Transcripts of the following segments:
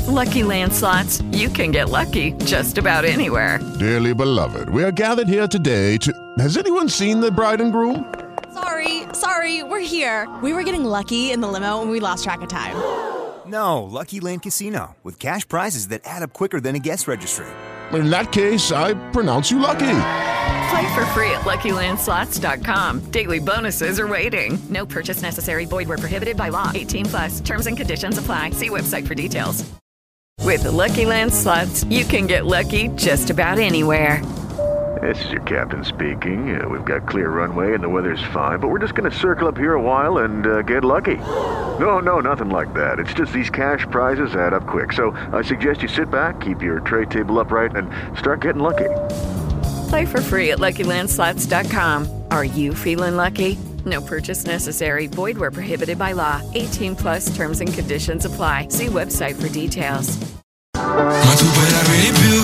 Lucky Land Slots, you can get lucky just about anywhere. Dearly beloved, we are gathered here today to... Has anyone seen the bride and groom? Sorry, we're here. We were getting lucky in the limo and we lost track of time. No, Lucky Land Casino, with cash prizes that add up quicker than a guest registry. In that case, I pronounce you lucky. Play for free at LuckyLandSlots.com. Daily bonuses are waiting. No purchase necessary. Void where prohibited by law. 18+. Terms and conditions apply. See website for details. With the Lucky Land Slots, you can get lucky just about anywhere. This is your captain speaking. We've got clear runway and the weather's fine, but we're just going to circle up here a while and get lucky. No, nothing like that. It's just these cash prizes add up quick. So I suggest you sit back, keep your tray table upright, and start getting lucky. Play for free at LuckyLandSlots.com. Are you feeling lucky? No purchase necessary. Void where prohibited by law. 18+ terms and conditions apply. See website for details. Ma tu puoi darmi di più.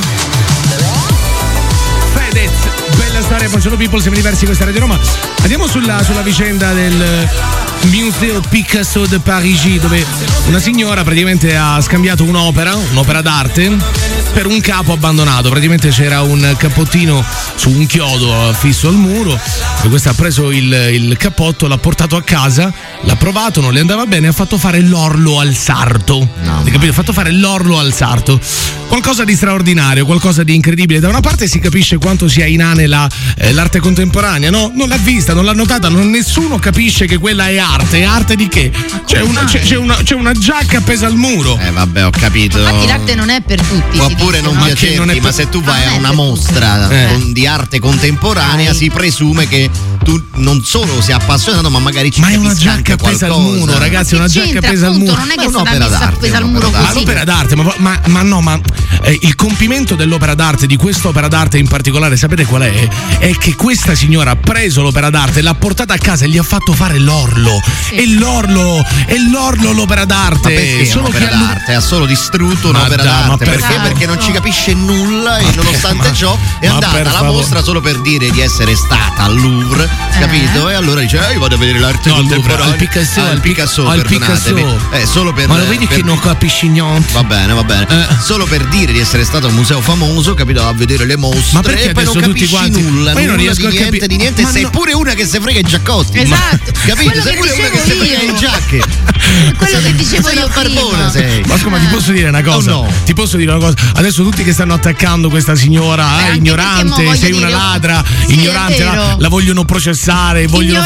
Fedez, bella storia, buongiorno people, siamo diversi, questa Radio Roma. Andiamo sulla vicenda del Musée Picasso de Parigi, dove una signora praticamente ha scambiato un'opera d'arte per un capo abbandonato. Praticamente c'era un cappottino su un chiodo fisso al muro e questa ha preso il cappotto, l'ha portato a casa, l'ha provato, non le andava bene, ha fatto fare l'orlo al sarto. Hai capito? Ha fatto fare l'orlo al sarto. Qualcosa di straordinario, qualcosa di incredibile. Da una parte si capisce quanto sia inane l'arte contemporanea, no? Non l'ha vista, non l'ha notata, nessuno capisce che quella è arte. È arte di che? C'è una giacca appesa al muro. Vabbè, ho capito. Infatti l'arte non è per tutti. Può pure non piacerti, ma se tu vai a una mostra di arte contemporanea si presume che tu non solo sei appassionato, ma magari ci capisci. Ma è una giacca appesa al muro, ragazzi, è una giacca appesa al muro. Non è che è stata appesa al muro così. L'opera d'arte, ma il compimento dell'opera d'arte, di quest'opera d'arte in particolare, sapete qual è? È che questa signora ha preso l'opera d'arte, l'ha portata a casa e gli ha fatto fare l'orlo. Sì. E l'orlo l'opera d'arte. Ma perché solo un'opera d'arte ha solo distrutto un'opera d'arte? Perché non ci capisce nulla e nonostante ciò è andata alla mostra solo per dire di essere stata al Louvre, capito? E allora dice io vado a vedere l'arte contemporanea. Al Picasso, perdonatemi. Solo per. Ma lo vedi che non capisci niente? Va bene. Solo per dire di essere stato a un museo famoso, capito? A vedere le mostre. Ma perché e poi non capisci nulla, ma io non riesco di niente. Ma sei pure una che se frega i giaccotti. Esatto. Capito? Sei pure una che se frega i giacche. Quello che dicevo io prima. Ma scusa, ti posso dire una cosa? No. Ti posso dire una cosa? Adesso tutti che stanno attaccando questa signora, ignorante, sei una ladra, ignorante, la vogliono processare, vogliono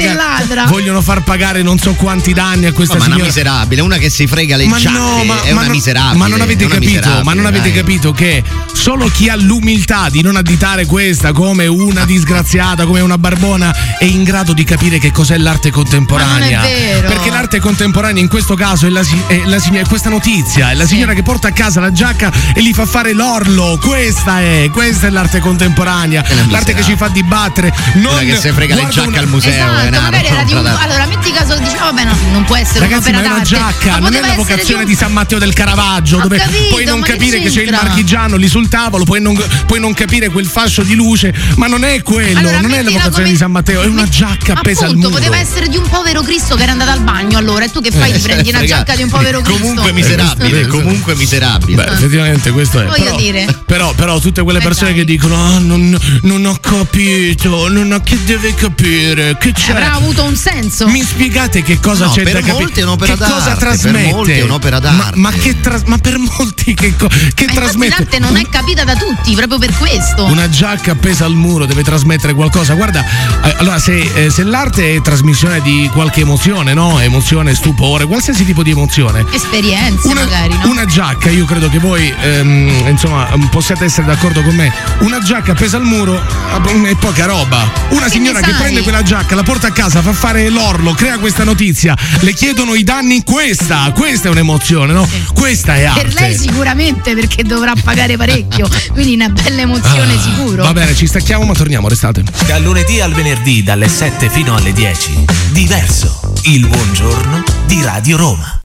far pagare non so quanti danni a questa signora. Ma una miserabile, una che si frega le giacche, è una miserabile. Ma non avete capito che solo chi ha l'umiltà di non additare questa come una disgraziata, come una barbona, è in grado di capire che cos'è l'arte contemporanea. Ma non è vero. Perché l'arte contemporanea in questo caso è questa notizia, è la signora che porta a casa la giacca e gli fa fare l'orlo. Questa è l'arte contemporanea, l'arte che ci fa dibattere. Non che se frega le giacche al museo. Esatto, magari era allora metti caso diciamo vabbè non può essere ragazzi, un'opera ma è una giacca, non è la vocazione di San Matteo del Caravaggio, dove puoi non capire che c'è il marchigiano lì sul tavolo, puoi non capire quel fascio di luce, ma non è quello, allora, non è la vocazione di San Matteo, è una giacca appesa al muro. Poteva essere di un povero Cristo che era andato al bagno, allora, e tu che fai? Ti prendi una giacca di un povero Cristo? Comunque miserabile. Beh, effettivamente questo è. Voglio dire. Però tutte quelle persone che dicono non ho capito, che deve capire, che c'è? Avrà avuto un senso. Mi spiegate che cosa c'è da capire? Per molti è un'opera d'arte. Cosa trasmette? Per molti è un'opera d'arte. Ma per molti che trasmette? L'arte non è capita da tutti, proprio per questo. Una giacca appesa al muro deve trasmettere qualcosa. Guarda, allora se l'arte è trasmissione di qualche emozione, no? Emozione, stupore, qualsiasi tipo di emozione. Esperienze magari, no? Una giacca, io credo che voi insomma possiate essere d'accordo con me. Una giacca appesa al muro è poca roba. Una signora che prende quella giacca, la porta a casa, fa fare l'orlo, crea questa notizia, le chiedono i danni. Questa è un'emozione, no? Sì. Questa è arte. Per lei sicuramente, perché dovrà pagare parecchio, quindi una bella emozione sicuro. Va bene, ci stacchiamo ma torniamo, restate. Dal lunedì al venerdì dalle 7 fino alle 10. Diverso, il buongiorno di Radio Roma.